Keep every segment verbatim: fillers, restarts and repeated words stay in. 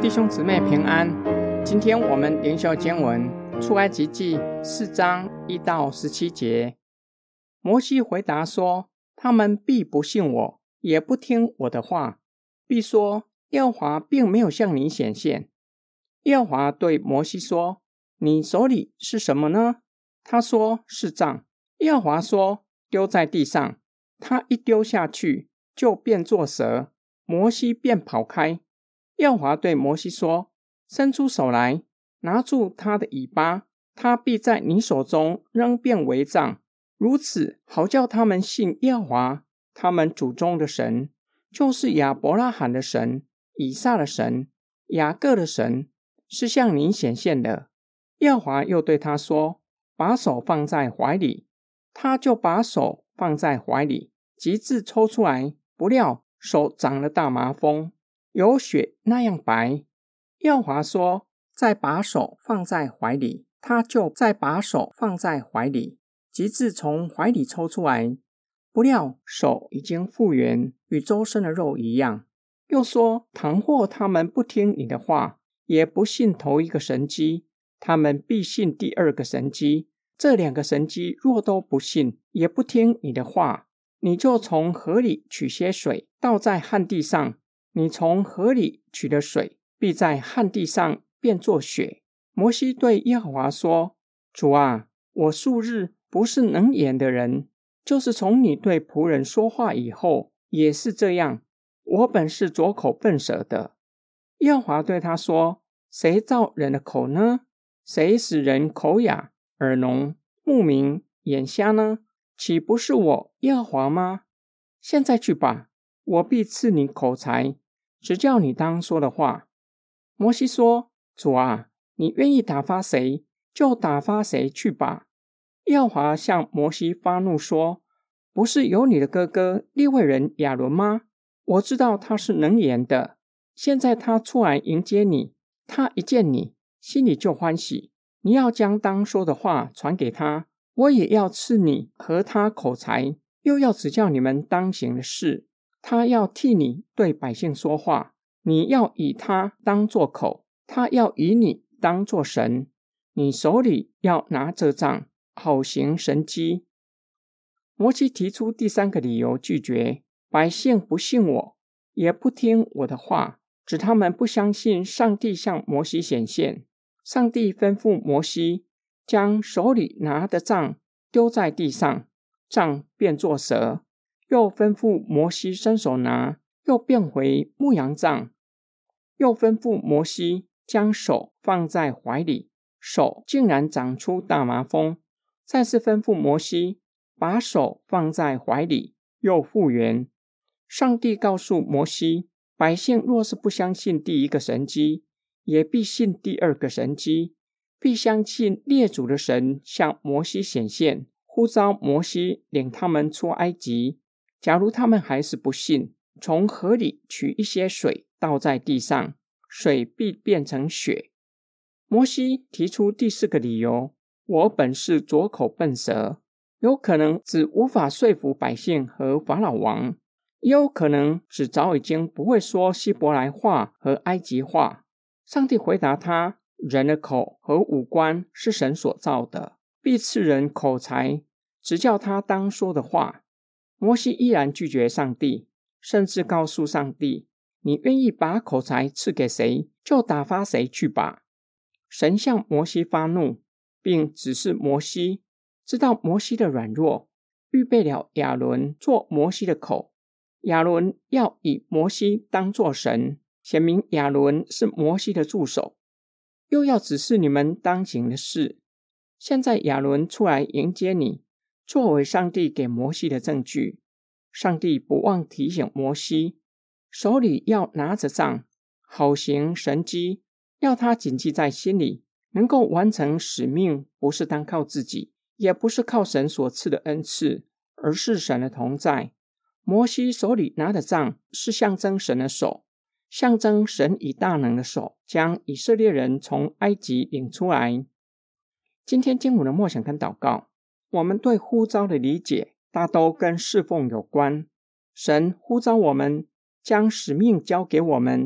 弟兄姊妹平安。今天我们灵修经文出埃及记四章一到十七节。摩西回答说，他们必不信我，也不听我的话，必说耶和华并没有向你显现。耶和华对摩西说，你手里是什么呢？他说，是杖。耶和华说，丢在地上。他一丢下去，就变作蛇，摩西便跑开。耶和华对摩西说，伸出手来，拿住他的尾巴，他必在你手中扔变为杖，如此好叫他们信耶和华他们祖宗的神，就是亚伯拉罕的神、以撒的神、雅各的神，是向你显现的。耶和华又对他说，把手放在怀里。他就把手放在怀里，即致抽出来，不料手长了大麻风，有血那样白。耶和华说，再把手放在怀里。他就再把手放在怀里，即致从怀里抽出来，不料手已经复原，与周身的肉一样。又说，倘或他们不听你的话，也不信头一个神迹，他们必信第二个神迹。这两个神迹若都不信，也不听你的话，你就从河里取些水，倒在旱地上。你从河里取的水，必在旱地上变作血。摩西对耶和华说，主啊，我素日不是能言的人，就是从你对仆人说话以后，也是这样。我本是拙口笨舌的。耶和华对他说，谁造人的口呢？谁使人口哑、耳聋、目明、眼瞎呢？岂不是我耶和华吗？现在去吧，我必赐你口才，只叫你当说的话。摩西说，主啊，你愿意打发谁，就打发谁去吧。耶和华向摩西发怒说，不是有你的哥哥利未人亚伦吗？我知道他是能言的，现在他出来迎接你，他一见你，心里就欢喜。你要将当说的话传给他，我也要赐你和他口才，又要指教你们当行的事。他要替你对百姓说话，你要以他当作口，他要以你当作神。你手里要拿着杖，好行神迹。摩西提出第三个理由拒绝，百姓不信我，也不听我的话，指他们不相信上帝向摩西显现。上帝吩咐摩西将手里拿的杖丢在地上，杖变作蛇，又吩咐摩西伸手拿，又变回牧羊杖，又吩咐摩西将手放在怀里，手竟然长出大麻风，再次吩咐摩西把手放在怀里，又复原。上帝告诉摩西，百姓若是不相信第一个神迹，也必信第二个神迹，必相信列祖的神向摩西显现，呼召摩西领他们出埃及。假如他们还是不信，从河里取一些水倒在地上，水必变成血。摩西提出第四个理由，我本是拙口笨舌，有可能只无法说服百姓和法老王，也有可能只早已经不会说希伯来话和埃及话。上帝回答他，人的口和五官是神所造的，必赐人口才，只叫他当说的话。摩西依然拒绝上帝，甚至告诉上帝，你愿意把口才赐给谁，就打发谁去吧。神向摩西发怒，并指示摩西，知道摩西的软弱，预备了亚伦做摩西的口。亚伦要以摩西当作神，显明亚伦是摩西的助手，又要指示你们当行的事。现在亚伦出来迎接你，作为上帝给摩西的证据。上帝不忘提醒摩西，手里要拿着杖，好行神迹，要他谨记在心里，能够完成使命，不是单靠自己，也不是靠神所赐的恩赐，而是神的同在。摩西手里拿的杖是象征神的手，象征神以大能的手将以色列人从埃及领出来。今天经文的默想跟祷告，我们对呼召的理解大都跟侍奉有关。神呼召我们，将使命交给我们，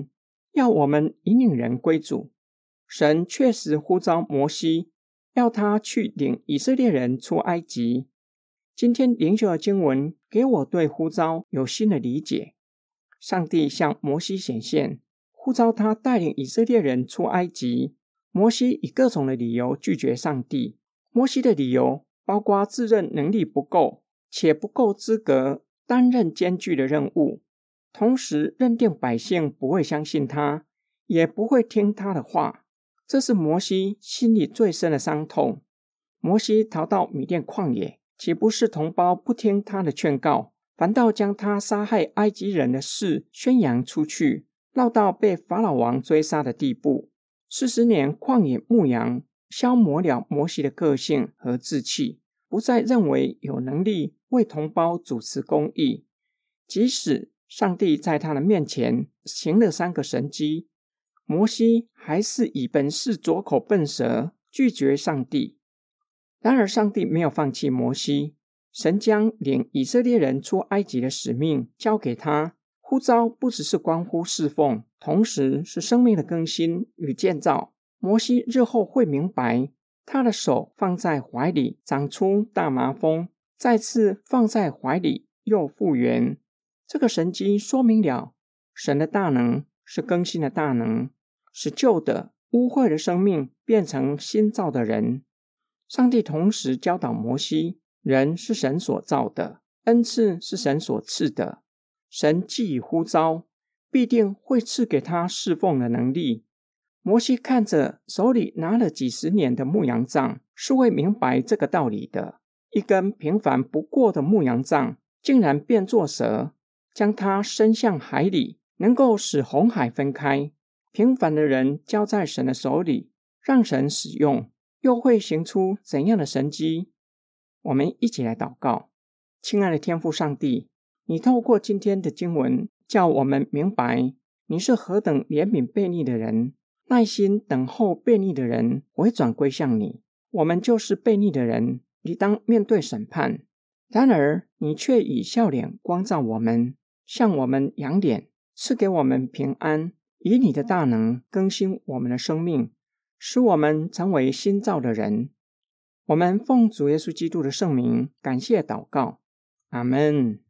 要我们引领人归主。神确实呼召摩西，要他去领以色列人出埃及。今天灵修的经文给我对呼召有新的理解。上帝向摩西显现，呼召他带领以色列人出埃及。摩西以各种的理由拒绝上帝。摩西的理由包括自认能力不够，且不够资格担任艰巨的任务，同时认定百姓不会相信他，也不会听他的话。这是摩西心里最深的伤痛。摩西逃到米甸旷野，岂不是同胞不听他的劝告，反倒将他杀害埃及人的事宣扬出去，闹到被法老王追杀的地步。四十年旷野牧羊，消磨了摩西的个性和志气，不再认为有能力为同胞主持公义。即使上帝在他的面前行了三个神迹，摩西还是以本是拙口笨舌，拒绝上帝。然而上帝没有放弃摩西，神将领以色列人出埃及的使命交给他。呼召不只是关乎侍奉，同时是生命的更新与建造。摩西日后会明白，他的手放在怀里长出大麻风，再次放在怀里又复原。这个神迹说明了神的大能是更新的大能，使旧的污秽的生命变成新造的人。上帝同时教导摩西，人是神所造的，恩赐是神所赐的。神既已呼召，必定会赐给他侍奉的能力。摩西看着手里拿了几十年的牧羊杖，是会明白这个道理的。一根平凡不过的牧羊杖，竟然变作蛇，将它伸向海里，能够使红海分开。平凡的人交在神的手里，让神使用，又会行出怎样的神迹？我们一起来祷告。亲爱的天父上帝，你透过今天的经文，叫我们明白你是何等怜悯悖逆的人，耐心等候悖逆的人回转归向你。我们就是悖逆的人，理当面对审判。然而你却以笑脸光照我们，向我们扬脸，赐给我们平安，以你的大能更新我们的生命，使我们成为新造的人。我们奉主耶稣基督的圣名感谢祷告，阿们。